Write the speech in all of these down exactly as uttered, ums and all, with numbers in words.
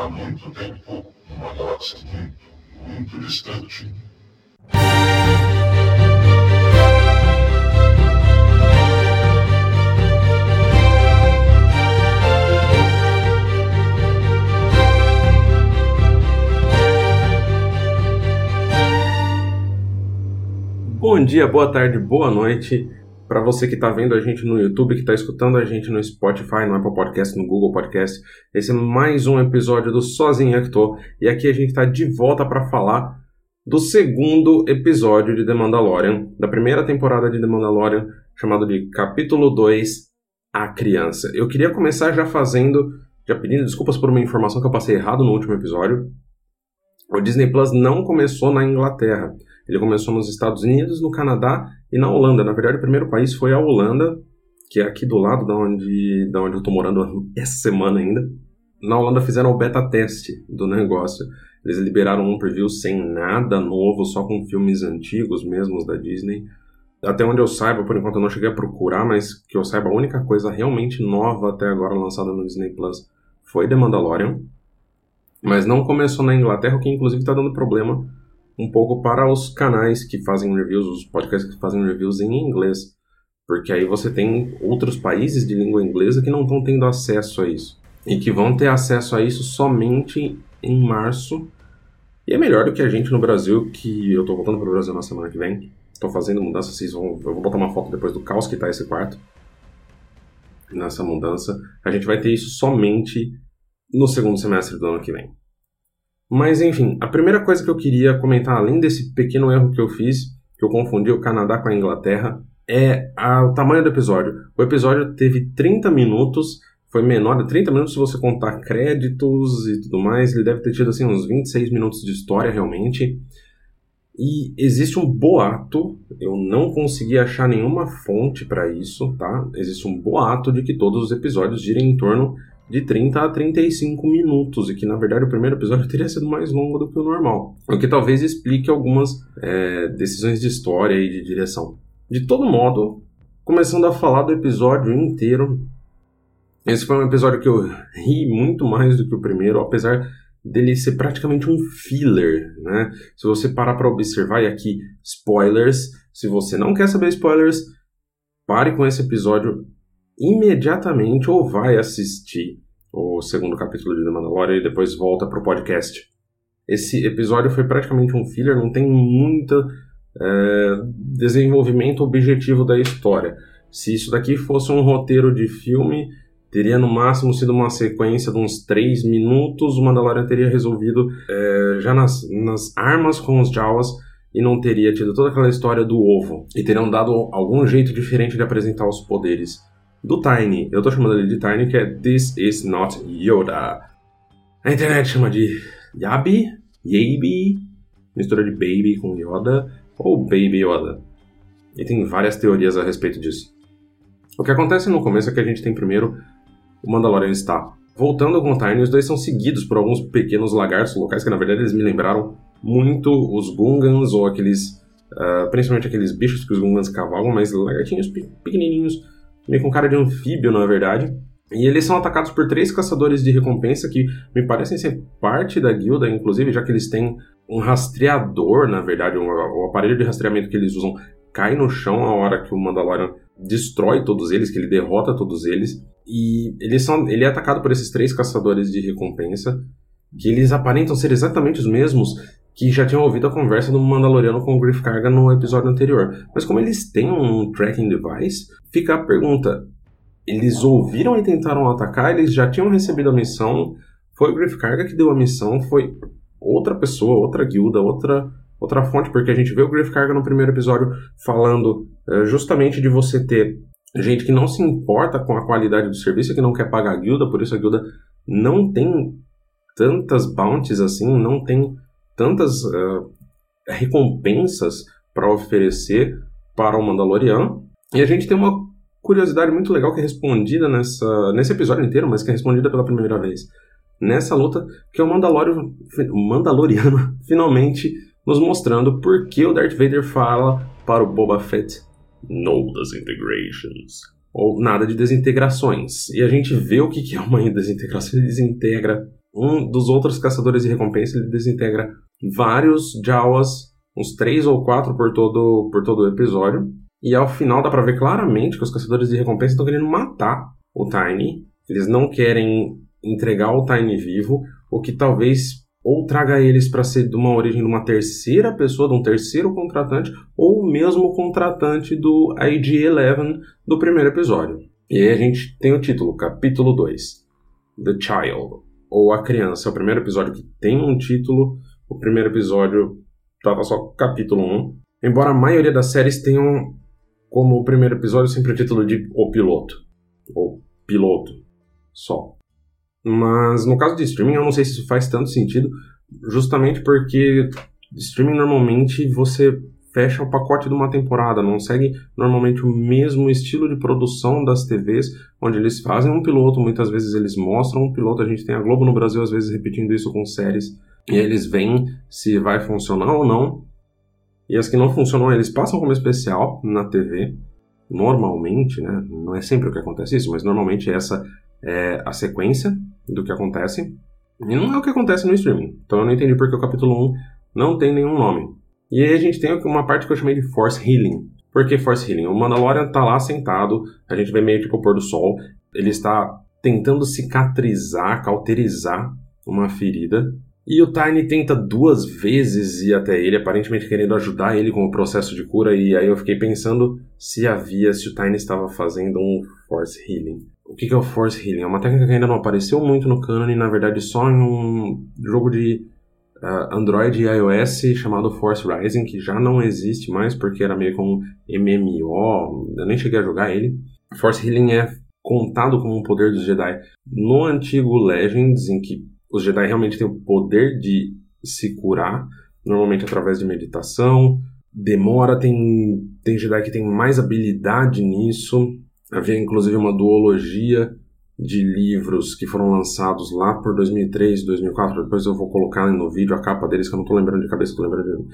há muito tempo, uma galáxia muito, muito distante. Bom dia, boa tarde, boa noite para você que está vendo a gente no YouTube, que está escutando a gente no Spotify, no Apple Podcast, no Google Podcast. Esse é mais um episódio do Sozinho é que Tô, e aqui a gente está de volta para falar do segundo episódio de The Mandalorian, da primeira temporada de The Mandalorian, chamado de Capítulo dois, A Criança. Eu queria começar já fazendo, já pedindo desculpas por uma informação que eu passei errado no último episódio. O Disney Plus não começou na Inglaterra. Ele começou nos Estados Unidos, no Canadá e na Holanda. Na verdade, o primeiro país foi a Holanda, que é aqui do lado da onde, da onde eu estou morando essa semana ainda. Na Holanda fizeram o beta teste do negócio. Eles liberaram um preview sem nada novo, só com filmes antigos mesmos da Disney. Até onde eu saiba, por enquanto eu não cheguei a procurar, mas que eu saiba, a única coisa realmente nova até agora lançada no Disney Plus foi The Mandalorian. Mas não começou na Inglaterra, o que inclusive está dando problema um pouco para os canais que fazem reviews, os podcasts que fazem reviews em inglês. Porque aí você tem outros países de língua inglesa que não estão tendo acesso a isso. E que vão ter acesso a isso somente em março. E é melhor do que a gente no Brasil, que eu estou voltando para o Brasil na semana que vem. Estou fazendo mudança, vocês vão, eu vou botar uma foto depois do caos que está esse quarto. Nessa mudança, a gente vai ter isso somente no segundo semestre do ano que vem. Mas enfim, a primeira coisa que eu queria comentar, além desse pequeno erro que eu fiz, que eu confundi o Canadá com a Inglaterra, é a, o tamanho do episódio. O episódio teve trinta minutos, foi menor de trinta minutos se você contar créditos e tudo mais. Ele deve ter tido assim, uns vinte e seis minutos de história realmente. E existe um boato, eu não consegui achar nenhuma fonte para isso, tá? Existe um boato de que todos os episódios girem em torno de trinta a trinta e cinco minutos, e que na verdade o primeiro episódio teria sido mais longo do que o normal, o que talvez explique algumas é, decisões de história e de direção. De todo modo, começando a falar do episódio inteiro, esse foi um episódio que eu ri muito mais do que o primeiro, apesar dele ser praticamente um filler, né? Se você parar para observar, e aqui spoilers, se você não quer saber spoilers, pare com esse episódio imediatamente ou vai assistir o segundo capítulo de The Mandalorian e depois volta pro podcast. Esse episódio foi praticamente um filler, não tem muito é, desenvolvimento objetivo da história. Se isso daqui fosse um roteiro de filme, teria no máximo sido uma sequência de uns três minutos, o Mandalorian teria resolvido é, já nas, nas armas com os Jawas e não teria tido toda aquela história do ovo. E teriam dado algum jeito diferente de apresentar os poderes do Tiny. Eu tô chamando ele de Tiny, que é This is not Yoda. A internet chama de Yabi, Yabi, mistura de Baby com Yoda, ou Baby Yoda. E tem várias teorias a respeito disso. O que acontece no começo é que a gente tem primeiro o Mandalorian está voltando com o Tiny, os dois são seguidos por alguns pequenos lagartos locais, que na verdade eles me lembraram muito os Gungans, ou aqueles, uh, principalmente aqueles bichos que os Gungans cavalgam, mas lagartinhos pequenininhos, meio com cara de anfíbio, na verdade. E eles são atacados por três caçadores de recompensa que me parecem ser parte da guilda, inclusive, já que eles têm um rastreador, na verdade, um, o aparelho de rastreamento que eles usam cai no chão a hora que o Mandalorian destrói todos eles, que ele derrota todos eles. E eles são, ele é atacado por esses três caçadores de recompensa, que eles aparentam ser exatamente os mesmos que já tinham ouvido a conversa do Mandaloriano com o Greef Karga no episódio anterior. Mas como eles têm um tracking device, fica a pergunta: eles ouviram e tentaram atacar? Eles já tinham recebido a missão? Foi o Greef Karga que deu a missão? Foi outra pessoa, outra guilda, outra, outra fonte? Porque a gente vê o Greef Karga no primeiro episódio falando é, justamente de você ter gente que não se importa com a qualidade do serviço, que não quer pagar a guilda, por isso a guilda não tem tantas bounties assim, não tem tantas uh, recompensas para oferecer para o Mandalorian. E a gente tem uma curiosidade muito legal que é respondida nessa, nesse episódio inteiro, mas que é respondida pela primeira vez nessa luta, que é o Mandalorian, o Mandaloriano finalmente nos mostrando por que o Darth Vader fala para o Boba Fett: no desintegrations. Ou nada de desintegrações. E a gente vê o que é uma desintegração. Ele desintegra um dos outros caçadores de recompensa, ele desintegra vários Jawas, uns três ou quatro por todo, por todo o episódio. E ao final dá pra ver claramente que os caçadores de recompensa estão querendo matar o Tiny. Eles não querem entregar o Tiny vivo, o que talvez ou traga eles para ser de uma origem de uma terceira pessoa, de um terceiro contratante, ou mesmo o contratante do I G onze do primeiro episódio. E aí a gente tem o título, capítulo dois, The Child, ou A Criança. É o primeiro episódio que tem um título, o primeiro episódio estava só capítulo um. Embora a maioria das séries tenham como o primeiro episódio sempre o título de O Piloto, ou Piloto, só. Mas no caso de streaming eu não sei se isso faz tanto sentido, justamente porque streaming normalmente você fecha o pacote de uma temporada, não segue normalmente o mesmo estilo de produção das T Vs, onde eles fazem um piloto, muitas vezes eles mostram um piloto, a gente tem a Globo no Brasil às vezes repetindo isso com séries, e eles veem se vai funcionar ou não, e as que não funcionam eles passam como especial na T V, normalmente, né, não é sempre o que acontece isso, mas normalmente essa é a sequência do que acontece, e não é o que acontece no streaming. Então eu não entendi porque o capítulo um não tem nenhum nome. E aí a gente tem uma parte que eu chamei de Force Healing. Por que Force Healing? O Mandalorian tá lá sentado, a gente vê meio tipo o pôr do sol, ele está tentando cicatrizar, cauterizar uma ferida, e o Tiny tenta duas vezes ir até ele, aparentemente querendo ajudar ele com o processo de cura, e aí eu fiquei pensando se havia, se o Tiny estava fazendo um Force Healing. O que é o Force Healing? É uma técnica que ainda não apareceu muito no canon e, na verdade, só em um jogo de uh, Android e iOS chamado Force Rising, que já não existe mais porque era meio como um M M O, eu nem cheguei a jogar ele. Force Healing é contado como um poder dos Jedi no antigo Legends, em que os Jedi realmente têm o poder de se curar, normalmente através de meditação. Demora, tem, tem Jedi que tem mais habilidade nisso. Havia inclusive uma duologia de livros que foram lançados lá por dois mil e três, dois mil e quatro. Depois eu vou colocar no vídeo a capa deles, que eu não estou lembrando de cabeça, estou lembrando de...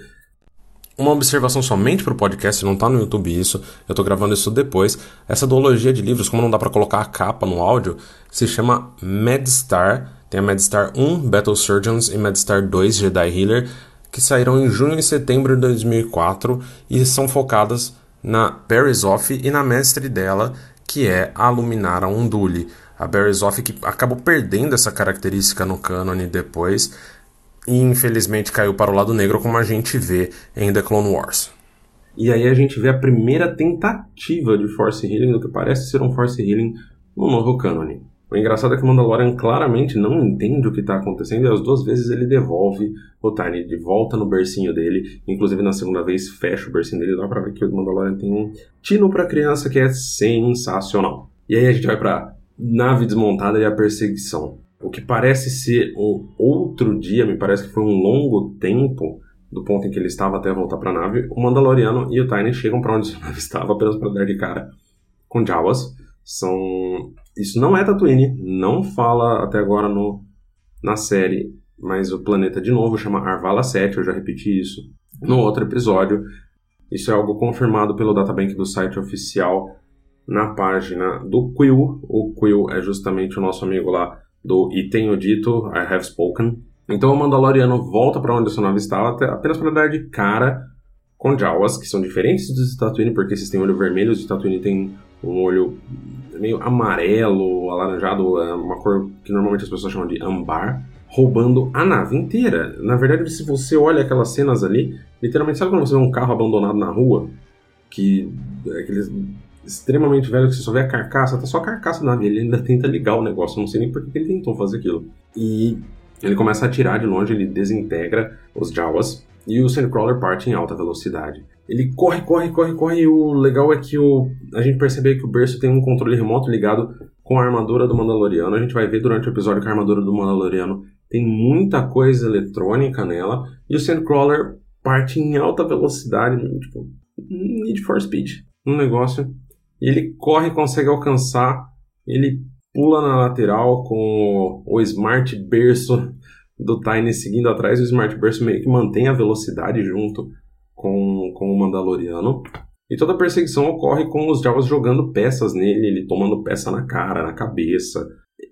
Uma observação somente para o podcast, não está no YouTube isso, eu estou gravando isso depois. Essa duologia de livros, como não dá para colocar a capa no áudio, se chama MedStar. Tem a MedStar um, Battle Surgeons, e MedStar dois, Jedi Healer, que saíram em junho e setembro de dois mil e quatro e são focadas na Berezoth e na mestre dela, que é a Luminara Unduli. A Berezoth que acabou perdendo essa característica no cânone depois e infelizmente caiu para o lado negro, como a gente vê em The Clone Wars. E aí a gente vê a primeira tentativa de Force Healing, do que parece ser um Force Healing no novo cânone. O engraçado é que o Mandalorian claramente não entende o que está acontecendo e as duas vezes ele devolve o Tiny de volta no bercinho dele. Inclusive na segunda vez fecha o bercinho dele. Dá pra ver que o Mandalorian tem um tino pra criança que é sensacional. E aí a gente vai pra nave desmontada e a perseguição. O que parece ser um outro dia, me parece que foi um longo tempo do ponto em que ele estava até voltar pra nave. O Mandaloriano e o Tiny chegam pra onde a nave estava apenas pra dar de cara com Jawas. São... Isso não é Tatooine, não fala até agora no, na série, mas o planeta de novo chama Arvala sete, eu já repeti isso no outro episódio. Isso é algo confirmado pelo databank do site oficial na página do Quill. O Quill é justamente o nosso amigo lá do E Tenho Dito, I Have Spoken. Então o Mandaloriano volta para onde a sua nave estava apenas para dar de cara com Jawas, que são diferentes dos de Tatooine, porque esses têm olho vermelho, os de Tatooine têm um olho meio amarelo, alaranjado, uma cor que normalmente as pessoas chamam de âmbar, roubando a nave inteira. Na verdade, se você olha aquelas cenas ali, literalmente, sabe quando você vê um carro abandonado na rua? Que é aqueles extremamente velho que você só vê a carcaça, tá só a carcaça da nave, ele ainda tenta ligar o negócio, eu não sei nem por que ele tentou fazer aquilo. E ele começa a atirar de longe, ele desintegra os Jawas, e o Sandcrawler parte em alta velocidade. Ele corre, corre, corre, corre, e o legal é que o, a gente percebe que o berço tem um controle remoto ligado com a armadura do Mandaloriano. A gente vai ver durante o episódio que a armadura do Mandaloriano tem muita coisa eletrônica nela, e o Sandcrawler parte em alta velocidade, tipo, Need for Speed, um negócio. E ele corre e consegue alcançar, ele pula na lateral com o, o Smart Berço do Tiny seguindo atrás, e o Smart Berço meio que mantém a velocidade junto com, com o Mandaloriano. E toda a perseguição ocorre com os Jawas jogando peças nele, ele tomando peça na cara, na cabeça.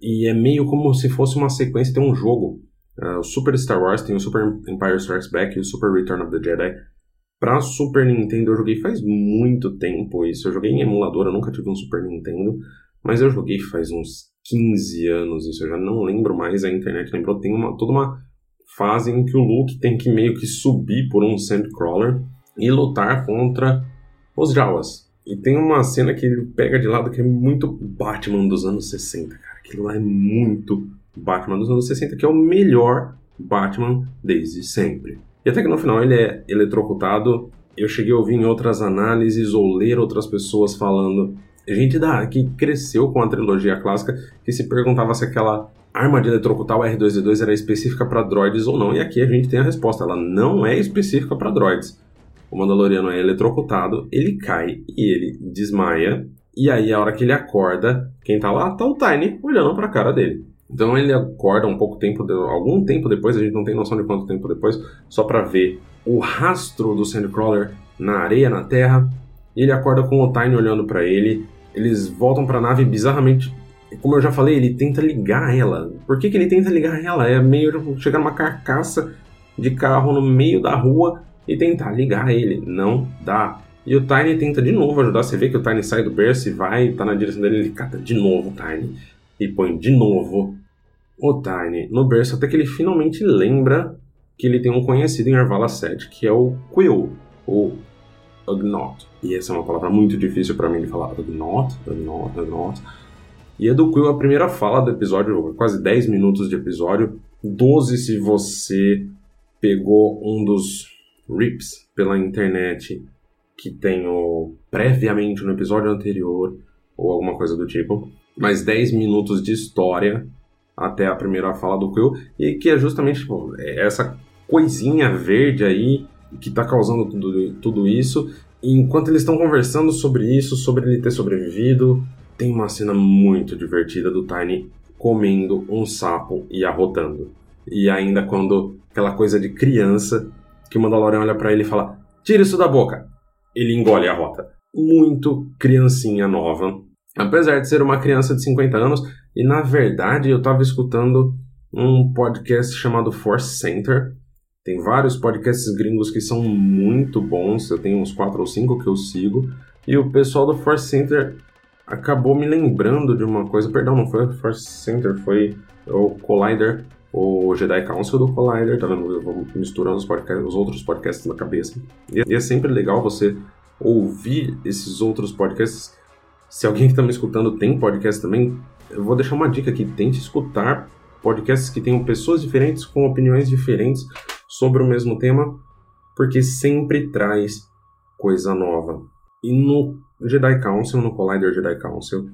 e é meio como se fosse uma sequência, tem um jogo, uh, o Super Star Wars, tem o Super Empire Strikes Back e o Super Return of the Jedi. Pra Super Nintendo eu joguei faz muito tempo isso, eu joguei em emulador, eu nunca tive um Super Nintendo, mas eu joguei faz uns quinze anos isso, eu já não lembro mais, a internet lembrou, tem uma, toda uma fase em que o Luke tem que meio que subir por um Sandcrawler e lutar contra os Jawas. E tem uma cena que ele pega de lado que é muito Batman dos anos sessenta, cara. Aquilo lá é muito Batman dos anos sessenta, que é o melhor Batman desde sempre. E até que no final ele é eletrocutado. Eu cheguei a ouvir em outras análises ou ler outras pessoas falando, gente da, que cresceu com a trilogia clássica, que se perguntava se aquela arma de eletrocutar o R dois D dois era específica para droids ou não. E aqui a gente tem a resposta, ela não é específica para droids. O Mandaloriano é eletrocutado, ele cai e ele desmaia. E aí, a hora que ele acorda, quem tá lá? Tá o Tiny olhando pra cara dele. Então ele acorda um pouco tempo, de, algum tempo depois, a gente não tem noção de quanto tempo depois, só pra ver o rastro do Sandcrawler na areia, na terra. E ele acorda com o Tiny olhando pra ele. Eles voltam pra nave bizarramente. Como eu já falei, ele tenta ligar ela. Por que que ele tenta ligar ela? É meio chegar numa carcaça de carro no meio da rua e tentar ligar ele. Não dá. E o Tiny tenta de novo ajudar. Você vê que o Tiny sai do berço e vai, tá na direção dele, ele cata de novo o Tiny. E põe de novo o Tiny no berço, até que ele finalmente lembra que ele tem um conhecido em Arvala sete, que é o Quill, o Ugnaught. E essa é uma palavra muito difícil pra mim de falar. Ugnaught, Ugnaught, Ugnaught. E é do Quill a primeira fala do episódio, quase dez minutos de episódio. doze se você pegou um dos rips pela internet que tem o previamente no episódio anterior ou alguma coisa do tipo, mais dez minutos de história até a primeira fala do Quill, e que é justamente tipo, essa coisinha verde aí que tá causando tudo, tudo isso. E enquanto eles estão conversando sobre isso, sobre ele ter sobrevivido, tem uma cena muito divertida do Tiny comendo um sapo e arrotando. E ainda quando aquela coisa de criança, que o Mandalorian olha pra ele e fala, tira isso da boca. Ele engole a rota. Muito criancinha nova. Apesar de ser uma criança de cinquenta anos, e na verdade eu tava escutando um podcast chamado Force Center. Tem vários podcasts gringos que são muito bons, eu tenho uns quatro ou cinco que eu sigo, e o pessoal do Force Center acabou me lembrando de uma coisa, perdão, não foi o Force Center, foi o Collider, o Jedi Council do Collider, tá vendo? Eu vou misturando os, podcasts, os outros podcasts na cabeça. E é sempre legal você ouvir esses outros podcasts. Se alguém que está me escutando tem podcast também, eu vou deixar uma dica aqui, tente escutar podcasts que tenham pessoas diferentes com opiniões diferentes sobre o mesmo tema, porque sempre traz coisa nova. E no Jedi Council, no Collider Jedi Council,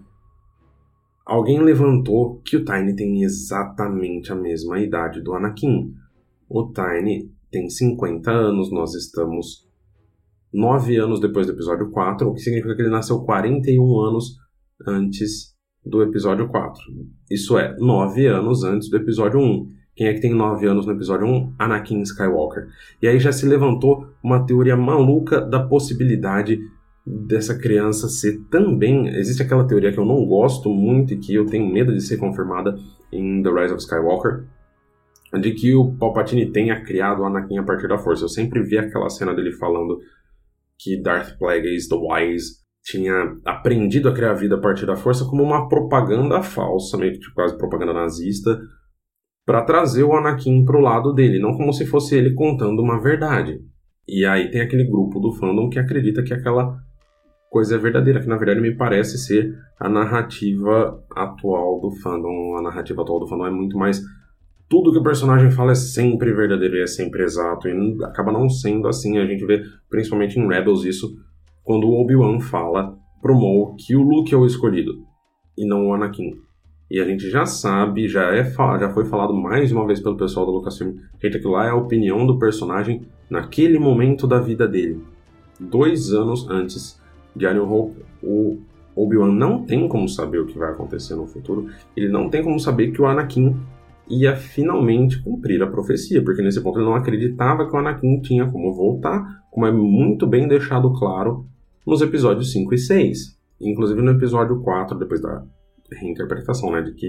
alguém levantou que o Tiny tem exatamente a mesma idade do Anakin. O Tiny tem cinquenta anos, nós estamos nove anos depois do episódio quatro, o que significa que ele nasceu quarenta e um anos antes do episódio quatro. Isso é, nove anos antes do episódio um. Quem é que tem nove anos no episódio um? Anakin Skywalker. E aí já se levantou uma teoria maluca da possibilidade dessa criança ser também... Existe aquela teoria que eu não gosto muito e que eu tenho medo de ser confirmada em The Rise of Skywalker, de que o Palpatine tenha criado o Anakin a partir da Força. Eu sempre vi aquela cena dele falando que Darth Plagueis, the Wise, tinha aprendido a criar a vida a partir da Força como uma propaganda falsa, meio que tipo, quase propaganda nazista, para trazer o Anakin pro lado dele, não como se fosse ele contando uma verdade. E aí tem aquele grupo do fandom que acredita que aquela coisa é verdadeira, que na verdade me parece ser a narrativa atual do fandom. A narrativa atual do fandom é muito mais... Tudo que o personagem fala é sempre verdadeiro e é sempre exato, e acaba não sendo assim. A gente vê, principalmente em Rebels, isso, quando o Obi-Wan fala pro Maul que o Luke é o escolhido, e não o Anakin. E a gente já sabe, já, é, já foi falado mais uma vez pelo pessoal do Lucasfilm, gente, aquilo lá é a opinião do personagem naquele momento da vida dele. Dois anos antes de A New Hope, o Obi-Wan não tem como saber o que vai acontecer no futuro, ele não tem como saber que o Anakin ia finalmente cumprir a profecia, porque nesse ponto ele não acreditava que o Anakin tinha como voltar, como é muito bem deixado claro nos episódios cinco e seis. Inclusive no episódio quatro, depois da reinterpretação, né, de que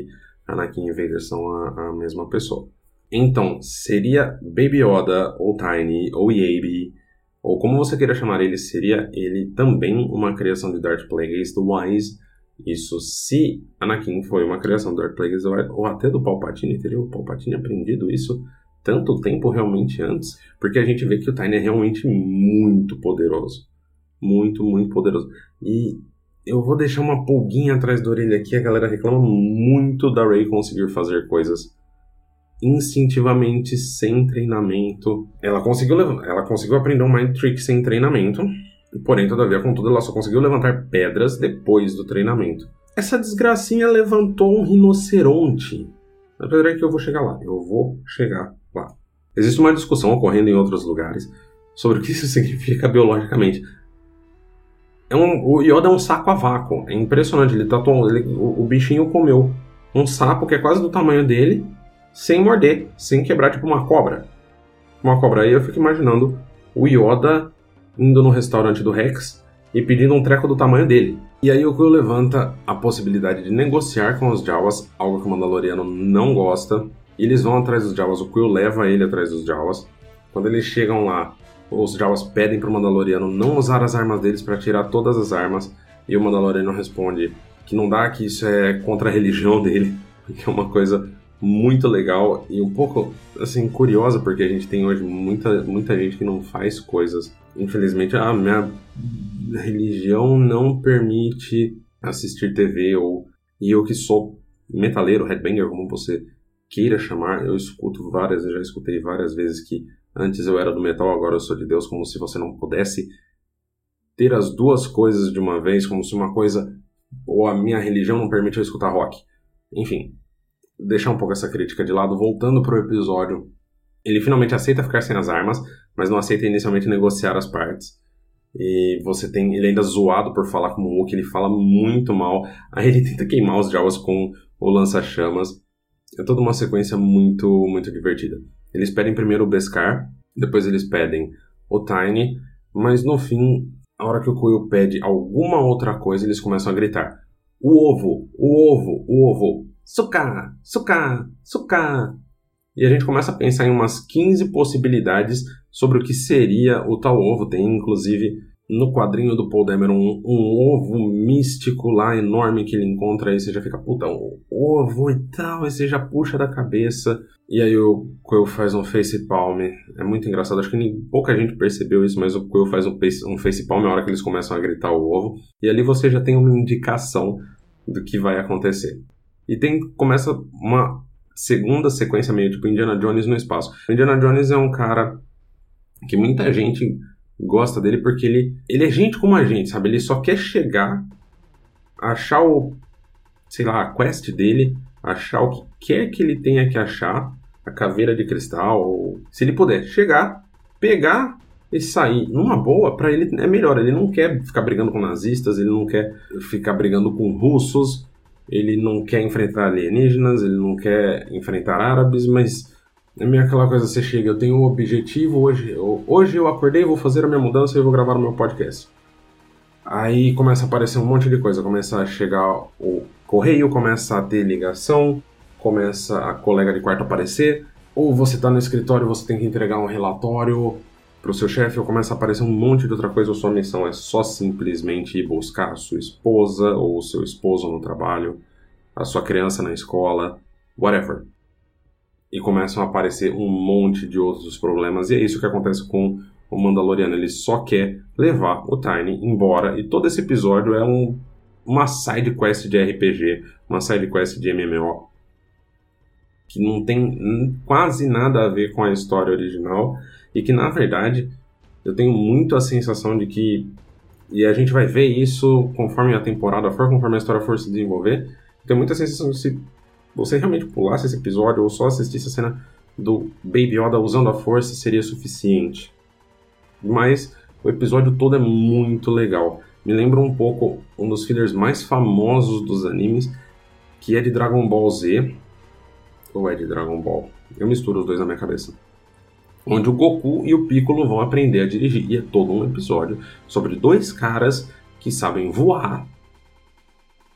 Anakin e Vader são a, a mesma pessoa. Então, seria Baby Yoda, ou Tiny, ou Yabe, ou como você queira chamar ele, seria ele também uma criação de Darth Plagueis do Wise. Isso se Anakin foi uma criação do Darth Plagueis ou até do Palpatine. Teria o Palpatine aprendido isso tanto tempo realmente antes? Porque a gente vê que o Tiny é realmente muito poderoso. Muito, muito poderoso. E eu vou deixar uma pulguinha atrás da orelha aqui. A galera reclama muito da Rey conseguir fazer coisas instintivamente, sem treinamento. Ela conseguiu, ela conseguiu aprender um Mind Trick sem treinamento, porém, todavia, contudo, ela só conseguiu levantar pedras depois do treinamento. Essa desgracinha levantou um rinoceronte. Apesar é que eu vou chegar lá, eu vou chegar lá. Existe uma discussão ocorrendo em outros lugares sobre o que isso significa biologicamente. É um, o Yoda é um saco a vácuo, é impressionante, ele tá, ele, o, o bichinho comeu um sapo que é quase do tamanho dele, sem morder, sem quebrar, tipo uma cobra. Uma cobra. Aí eu fico imaginando o Yoda indo no restaurante do Rex e pedindo um treco do tamanho dele. E aí o Quill levanta a possibilidade de negociar com os Jawas, algo que o Mandaloriano não gosta. E eles vão atrás dos Jawas, o Quill leva ele atrás dos Jawas. Quando eles chegam lá, os Jawas pedem pro Mandaloriano não usar as armas deles para tirar todas as armas. E o Mandaloriano responde que não dá, que isso é contra a religião dele, que é uma coisa muito legal e um pouco, assim, curiosa, porque a gente tem hoje muita, muita gente que não faz coisas. Infelizmente, a minha religião não permite assistir T V, ou, e eu que sou metaleiro, headbanger, como você queira chamar, eu escuto várias, eu já escutei várias vezes que antes eu era do metal, agora eu sou de Deus, como se você não pudesse ter as duas coisas de uma vez, como se uma coisa, ou a minha religião não permite eu escutar rock. Enfim, deixar um pouco essa crítica de lado, voltando pro episódio, ele finalmente aceita ficar sem as armas, mas não aceita inicialmente negociar as partes. E você tem ele ainda zoado por falar como o Wookiee, ele fala muito mal. Aí ele tenta queimar os Jawas com o lança-chamas. É toda uma sequência muito, muito divertida. Eles pedem primeiro o Beskar, depois eles pedem o Tiny, mas no fim, a hora que o Quill pede alguma outra coisa, eles começam a gritar: o ovo, o ovo, o ovo, suka, suka, suka. E a gente começa a pensar em umas quinze possibilidades sobre o que seria o tal ovo. Tem, inclusive, no quadrinho do Paul Dameron, um, um ovo místico lá, enorme, que ele encontra, aí você já fica, puta, um ovo e tal, aí você já puxa da cabeça. E aí o Quill faz um facepalm. É muito engraçado, acho que nem, pouca gente percebeu isso, mas o Quill faz um, um facepalm na hora que eles começam a gritar o ovo. E ali você já tem uma indicação do que vai acontecer. E tem, começa uma segunda sequência meio tipo Indiana Jones no espaço. Indiana Jones é um cara que muita gente gosta dele porque ele, ele é gente como a gente, sabe? Ele só quer chegar, achar o, sei lá, a quest dele, achar o que quer que ele tenha que achar, a caveira de cristal, ou se ele puder chegar, pegar e sair numa boa, pra ele é melhor. Ele não quer ficar brigando com nazistas, ele não quer ficar brigando com russos, ele não quer enfrentar alienígenas, ele não quer enfrentar árabes, mas é meio aquela coisa, você chega, eu tenho um objetivo, hoje eu, hoje eu acordei, vou fazer a minha mudança e vou gravar o meu podcast. Aí começa a aparecer um monte de coisa, começa a chegar o correio, começa a ter ligação, começa a colega de quarto aparecer, ou você tá no escritório, você tem que entregar um relatório pro seu chefe, ou começa a aparecer um monte de outra coisa, ou sua missão é só simplesmente ir buscar a sua esposa, ou o seu esposo no trabalho, a sua criança na escola, whatever. E começam a aparecer um monte de outros problemas, e é isso que acontece com o Mandaloriano. Ele só quer levar o Tiny embora, e todo esse episódio é um, uma side quest de R P G, uma side quest de M M O, que não tem quase nada a ver com a história original, e que, na verdade, eu tenho muito a sensação de que, e a gente vai ver isso conforme a temporada for, conforme a história for se desenvolver, tenho muita sensação de se você realmente pulasse esse episódio ou só assistisse a cena do Baby Yoda usando a força, seria suficiente. Mas o episódio todo é muito legal. Me lembra um pouco um dos fillers mais famosos dos animes, que é de Dragon Ball Z, ou é de Dragon Ball? Eu misturo os dois na minha cabeça. Onde o Goku e o Piccolo vão aprender a dirigir. E é todo um episódio sobre dois caras que sabem voar,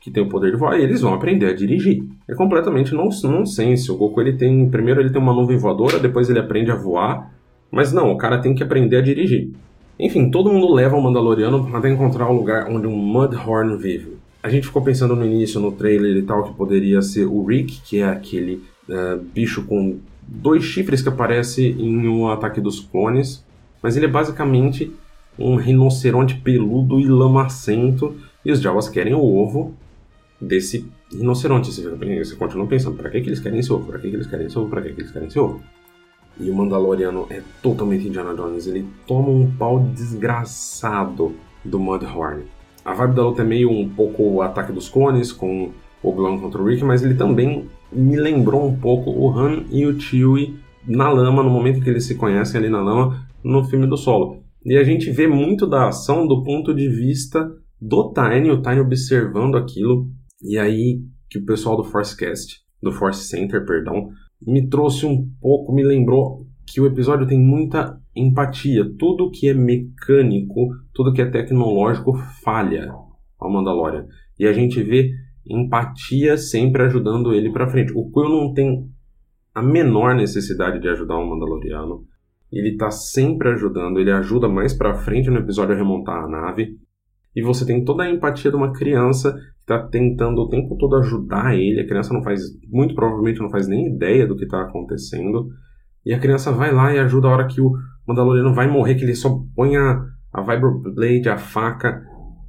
que tem o poder de voar, e eles vão aprender a dirigir. É completamente nonsense. O Goku, ele tem, primeiro ele tem uma nuvem voadora, depois ele aprende a voar, mas não, o cara tem que aprender a dirigir. Enfim, todo mundo leva o Mandaloriano até encontrar o lugar onde um Mudhorn vive. A gente ficou pensando no início, no trailer e tal, que poderia ser o Rick, que é aquele uh, bicho com dois chifres que aparece em O Ataque dos Clones, mas ele é basicamente um rinoceronte peludo e lamacento, e os Jawas querem o ovo desse rinoceronte. Você, você continua pensando, pra que, que eles querem esse ovo? Pra que, que eles querem esse ovo? Pra que, que eles querem esse ovo? E o Mandaloriano é totalmente Indiana Jones. Ele toma um pau desgraçado do Mudhorn. A vibe da luta é meio um pouco o Ataque dos Clones, com o Obi-Wan contra o Rick, mas ele também me lembrou um pouco o Han e o Chewie na lama, no momento em que eles se conhecem ali na lama, no filme do Solo. E a gente vê muito da ação do ponto de vista do Tiny, o Tiny observando aquilo. E aí que o pessoal do Forcecast, do Force Center, perdão, me trouxe um pouco, me lembrou que o episódio tem muita empatia. Tudo que é mecânico, tudo que é tecnológico falha ao Mandalorian. E a gente vê empatia sempre ajudando ele pra frente. O Quill não tem a menor necessidade de ajudar o Mandaloriano. Ele tá sempre ajudando, ele ajuda mais pra frente no episódio a remontar a nave. E você tem toda a empatia de uma criança que tá tentando o tempo todo ajudar ele. A criança não faz, muito provavelmente não faz nem ideia do que tá acontecendo. E a criança vai lá e ajuda a hora que o Mandaloriano vai morrer, que ele só põe a, a Vibroblade, a faca,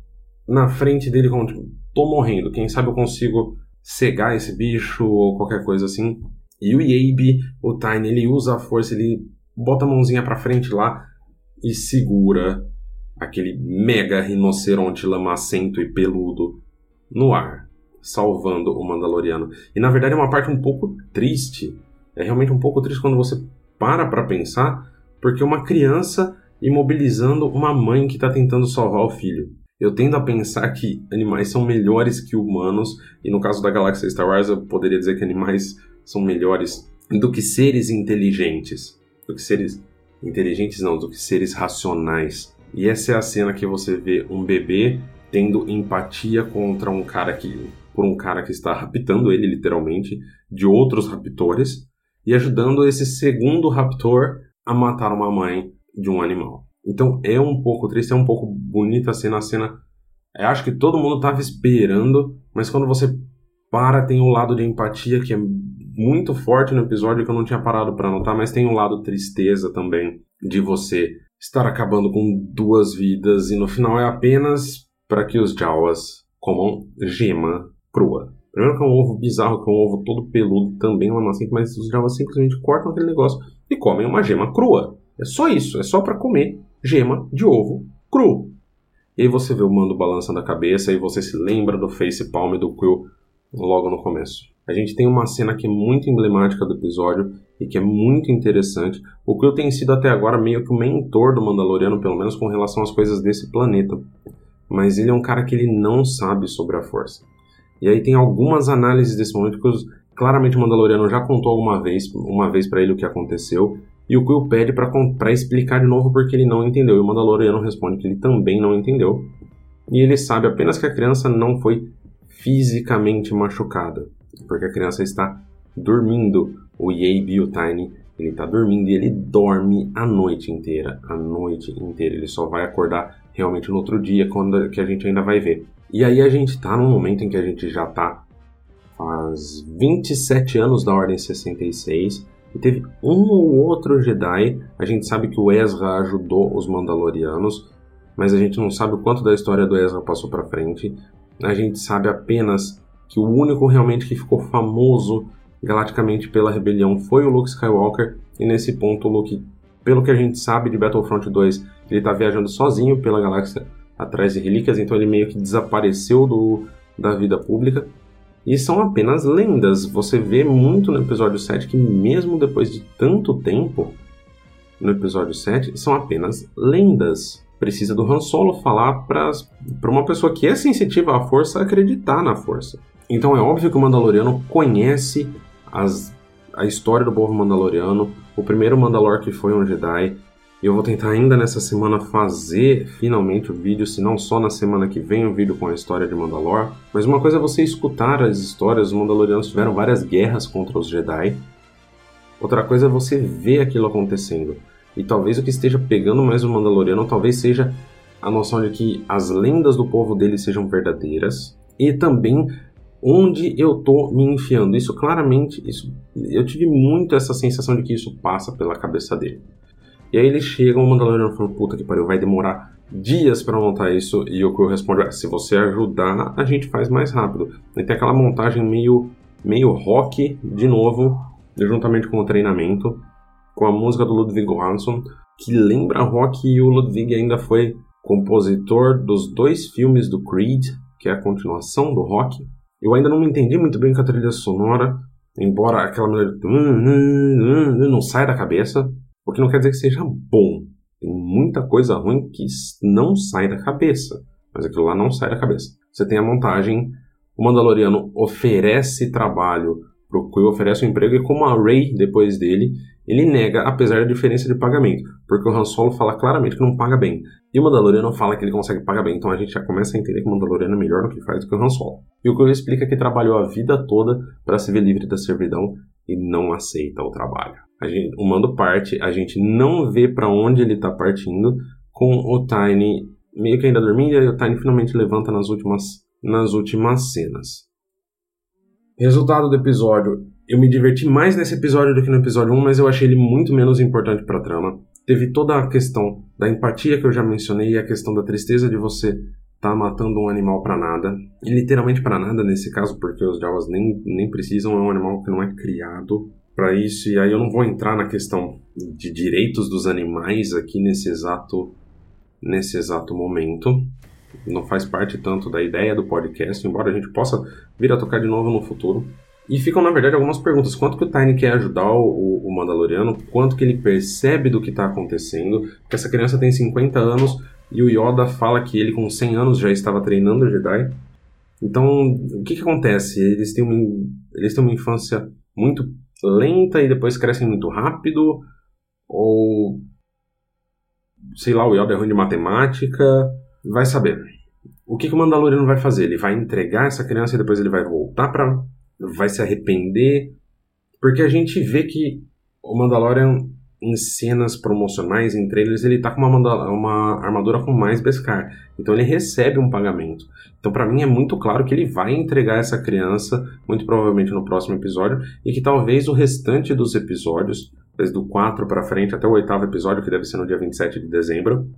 na frente dele como, tipo, tô morrendo, quem sabe eu consigo cegar esse bicho ou qualquer coisa assim. E o Yabe, o Tiny, ele usa a força, ele bota a mãozinha pra frente lá e segura aquele mega rinoceronte lamacento e peludo no ar, salvando o Mandaloriano. E na verdade é uma parte um pouco triste. É realmente um pouco triste quando você para pra pensar, porque uma criança imobilizando uma mãe que tá tentando salvar o filho. Eu tendo a pensar que animais são melhores que humanos, e no caso da galáxia Star Wars eu poderia dizer que animais são melhores do que seres inteligentes. Do que seres inteligentes não, do que seres racionais. E essa é a cena que você vê um bebê tendo empatia contra um cara que, por um cara que está raptando ele, literalmente, de outros raptores, e ajudando esse segundo raptor a matar uma mãe de um animal. Então é um pouco triste, é um pouco bonita a cena. A cena, eu acho que todo mundo estava esperando, mas quando você para, tem um lado de empatia que é muito forte no episódio, que eu não tinha parado para notar, mas tem um lado tristeza também, de você estar acabando com duas vidas, e no final é apenas para que os Jawas comam gema crua. Primeiro que é um ovo bizarro, que é um ovo todo peludo, também lamacento, mas os Jawas simplesmente cortam aquele negócio e comem uma gema crua. É só isso, é só para comer gema de ovo cru. E aí você vê o Mando balançando a cabeça e você se lembra do facepalm do Quill logo no começo. A gente tem uma cena que é muito emblemática do episódio e que é muito interessante. O Quill tem sido até agora meio que o mentor do Mandaloriano, pelo menos com relação às coisas desse planeta. Mas ele é um cara que ele não sabe sobre a força. E aí tem algumas análises desse momento que os, claramente o Mandaloriano já contou alguma vez, uma vez pra ele o que aconteceu. E o Quill pede pra, pra explicar de novo porque ele não entendeu. E o Mandaloriano responde que ele também não entendeu. E ele sabe apenas que a criança não foi fisicamente machucada, porque a criança está dormindo. O Yabe, o Tiny, ele está dormindo e ele dorme a noite inteira, a noite inteira. Ele só vai acordar realmente no outro dia, quando que a gente ainda vai ver. E aí a gente está num momento em que a gente já está faz vinte e sete anos da Ordem sessenta e seis, e teve um ou outro Jedi. A gente sabe que o Ezra ajudou os Mandalorianos, mas a gente não sabe o quanto da história do Ezra passou para frente. A gente sabe apenas que o único realmente que ficou famoso galaticamente pela rebelião foi o Luke Skywalker, e nesse ponto o Luke, pelo que a gente sabe de Battlefront dois, ele está viajando sozinho pela galáxia atrás de relíquias, então ele meio que desapareceu do, da vida pública, e são apenas lendas. Você vê muito no episódio sete que mesmo depois de tanto tempo, no episódio sete, são apenas lendas. Precisa do Han Solo falar para uma pessoa que é sensitiva à força acreditar na força. Então é óbvio que o Mandaloriano conhece as, a história do povo Mandaloriano, o primeiro Mandalor que foi um Jedi, E eu vou tentar ainda nessa semana fazer finalmente o vídeo, se não só na semana que vem o vídeo com a história de Mandalore. Mas uma coisa é você escutar as histórias, os Mandalorianos tiveram várias guerras contra os Jedi. Outra coisa é você ver aquilo acontecendo. E talvez o que esteja pegando mais o Mandaloriano talvez seja a noção de que as lendas do povo dele sejam verdadeiras. E também onde eu tô me enfiando. Isso claramente, isso, eu tive muito essa sensação de que isso passa pela cabeça dele. E aí eles chegam, o Mandaloriano fala, puta que pariu, vai demorar dias pra montar isso. E o Quill responde, ah, se você ajudar, a gente faz mais rápido. E tem aquela montagem meio, meio rock, de novo, juntamente com o treinamento, com a música do Ludwig Göransson, que lembra rock, e o Ludwig ainda foi compositor dos dois filmes do Creed, que é a continuação do rock. Eu ainda não me entendi muito bem com a trilha sonora, embora aquela melodia não saia da cabeça. O que não quer dizer que seja bom. Tem muita coisa ruim que não sai da cabeça. Mas aquilo lá não sai da cabeça. Você tem a montagem, o Mandaloriano oferece trabalho pro Quill, oferece um emprego, e como a Rey, depois dele, ele nega, apesar da diferença de pagamento. Porque o Han Solo fala claramente que não paga bem. E o Mandaloriano fala que ele consegue pagar bem. Então a gente já começa a entender que o Mandaloriano é melhor no que faz do que o Han Solo. E o Quill explica que trabalhou a vida toda para se ver livre da servidão e não aceita o trabalho. A gente, o mando parte, a gente não vê para onde ele está partindo, com o Tiny meio que ainda dormindo, e aí o Tiny finalmente levanta nas últimas, nas últimas cenas. Resultado do episódio, eu me diverti mais nesse episódio do que no episódio um, mas eu achei ele muito menos importante para a trama. Teve toda a questão da empatia que eu já mencionei, e a questão da tristeza de você tá matando um animal para nada, e literalmente para nada nesse caso, porque os Jawas nem, nem precisam, é um animal que não é criado para isso, e aí eu não vou entrar na questão de direitos dos animais aqui nesse exato, nesse exato momento. Não faz parte tanto da ideia do podcast, embora a gente possa vir a tocar de novo no futuro. E ficam, na verdade, algumas perguntas. Quanto que o Tiny quer ajudar o, o Mandaloriano? Quanto que ele percebe do que está acontecendo? Porque essa criança tem cinquenta anos e o Yoda fala que ele com cem anos já estava treinando o Jedi. Então, o que que acontece? Eles têm uma, eles têm uma infância muito lenta e depois crescem muito rápido, ou sei lá, o Yoda é ruim de matemática, vai saber. O que que o Mandaloriano vai fazer? Ele vai entregar essa criança e depois ele vai voltar pra... vai se arrepender, porque a gente vê que o Mandalorian em cenas promocionais, em trailers, ele tá com uma, mandala... uma armadura com mais Beskar, então ele recebe um pagamento. Então pra mim é muito claro que ele vai entregar essa criança, muito provavelmente no próximo episódio, e que talvez o restante dos episódios, desde o quatro pra frente até o oitavo episódio, que deve ser no dia vinte e sete de dezembro,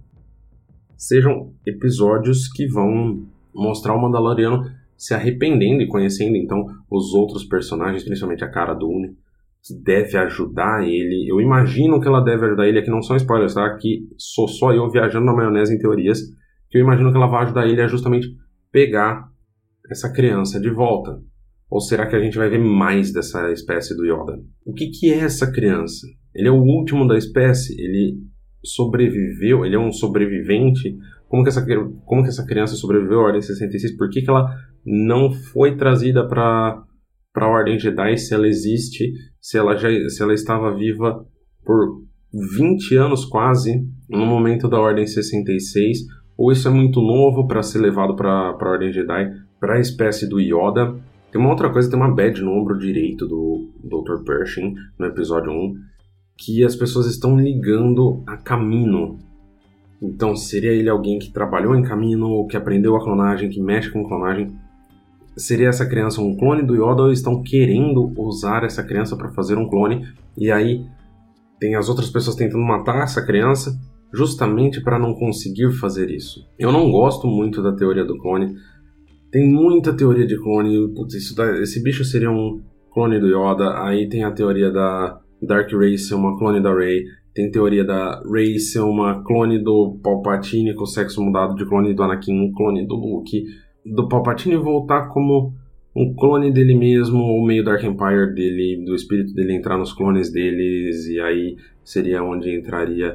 sejam episódios que vão mostrar o Mandaloriano se arrependendo e conhecendo então os outros personagens, principalmente a Cara Dune, que deve ajudar ele. Eu imagino que ela deve ajudar ele, aqui não são spoilers, tá? Aqui sou só eu viajando na maionese em teorias, que eu imagino que ela vai ajudar ele a justamente pegar essa criança de volta. Ou será que a gente vai ver mais dessa espécie do Yoda? O que que é essa criança? Ele é o último da espécie? Ele sobreviveu? Ele é um sobrevivente? Como que essa, como que essa criança sobreviveu à Ordem sessenta e seis? Por que que ela não foi trazida para para a Ordem Jedi, se ela existe, se ela, já, se ela estava viva por vinte anos quase, no momento da Ordem sessenta e seis, ou isso é muito novo para ser levado para a Ordem Jedi, para a espécie do Yoda. Tem uma outra coisa, tem uma badge no ombro direito do doutor Pershing, no episódio um, que as pessoas estão ligando a Kamino. Então, seria ele alguém que trabalhou em Kamino, que aprendeu a clonagem, que mexe com clonagem? Seria essa criança um clone do Yoda, ou estão querendo usar essa criança para fazer um clone? E aí tem as outras pessoas tentando matar essa criança justamente para não conseguir fazer isso. Eu não gosto muito da teoria do clone. Tem muita teoria de clone. Putz, isso dá, esse bicho seria um clone do Yoda. Aí tem a teoria da Dark Rey ser uma clone da Rey. Tem teoria da Rey ser uma clone do Palpatine com sexo mudado, de clone do Anakin, um clone do Luke, do Palpatine voltar como um clone dele mesmo, ou meio Dark Empire dele, do espírito dele entrar nos clones deles, e aí seria onde entraria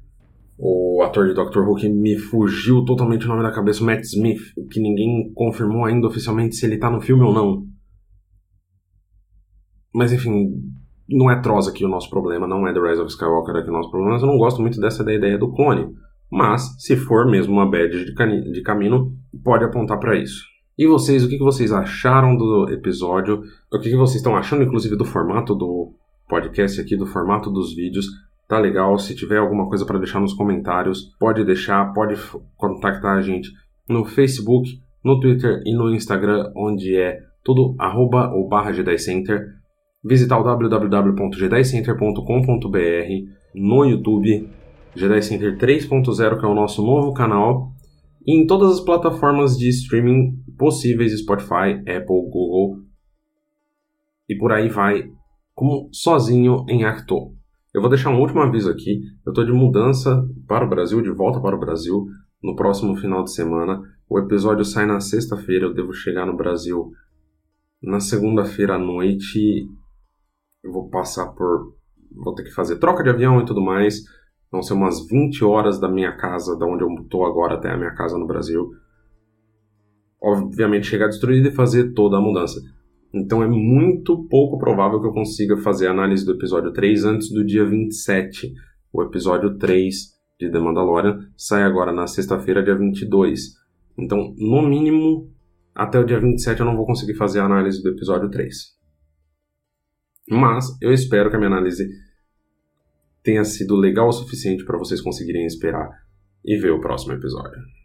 o ator de Doctor Who, que me fugiu totalmente o nome da cabeça, o Matt Smith, que ninguém confirmou ainda oficialmente se ele tá no filme ou não. Mas enfim, não é Tross aqui o nosso problema, não é The Rise of Skywalker aqui o nosso problema, mas eu não gosto muito dessa da ideia do clone. Mas, se for mesmo uma badge de, cani- de caminho, pode apontar para isso. E vocês, o que, que vocês acharam do episódio? O que, que vocês estão achando, inclusive, do formato do podcast aqui, do formato dos vídeos? Tá legal? Se tiver alguma coisa para deixar nos comentários, pode deixar, pode contactar a gente no Facebook, no Twitter e no Instagram, onde é tudo arroba ou barra Jedi Center. Visitar o w w w ponto jedi center ponto com ponto b r, no YouTube, Jedi Center três ponto zero, que é o nosso novo canal, e em todas as plataformas de streaming possíveis, Spotify, Apple, Google, e por aí vai, como sozinho em Acto. Eu vou deixar um último aviso aqui, eu estou de mudança para o Brasil, de volta para o Brasil, no próximo final de semana. O episódio sai na sexta-feira, eu devo chegar no Brasil na segunda-feira à noite. Eu vou passar por... vou ter que fazer troca de avião e tudo mais. Vão ser umas vinte horas da minha casa, da onde eu estou agora até a minha casa no Brasil. Obviamente chegar destruído e fazer toda a mudança. Então é muito pouco provável que eu consiga fazer a análise do episódio três antes do dia vinte e sete. O episódio três de The Mandalorian sai agora na sexta-feira, dia vinte e dois. Então, no mínimo, até o dia vinte e sete eu não vou conseguir fazer a análise do episódio três. Mas eu espero que a minha análise tenha sido legal o suficiente para vocês conseguirem esperar e ver o próximo episódio.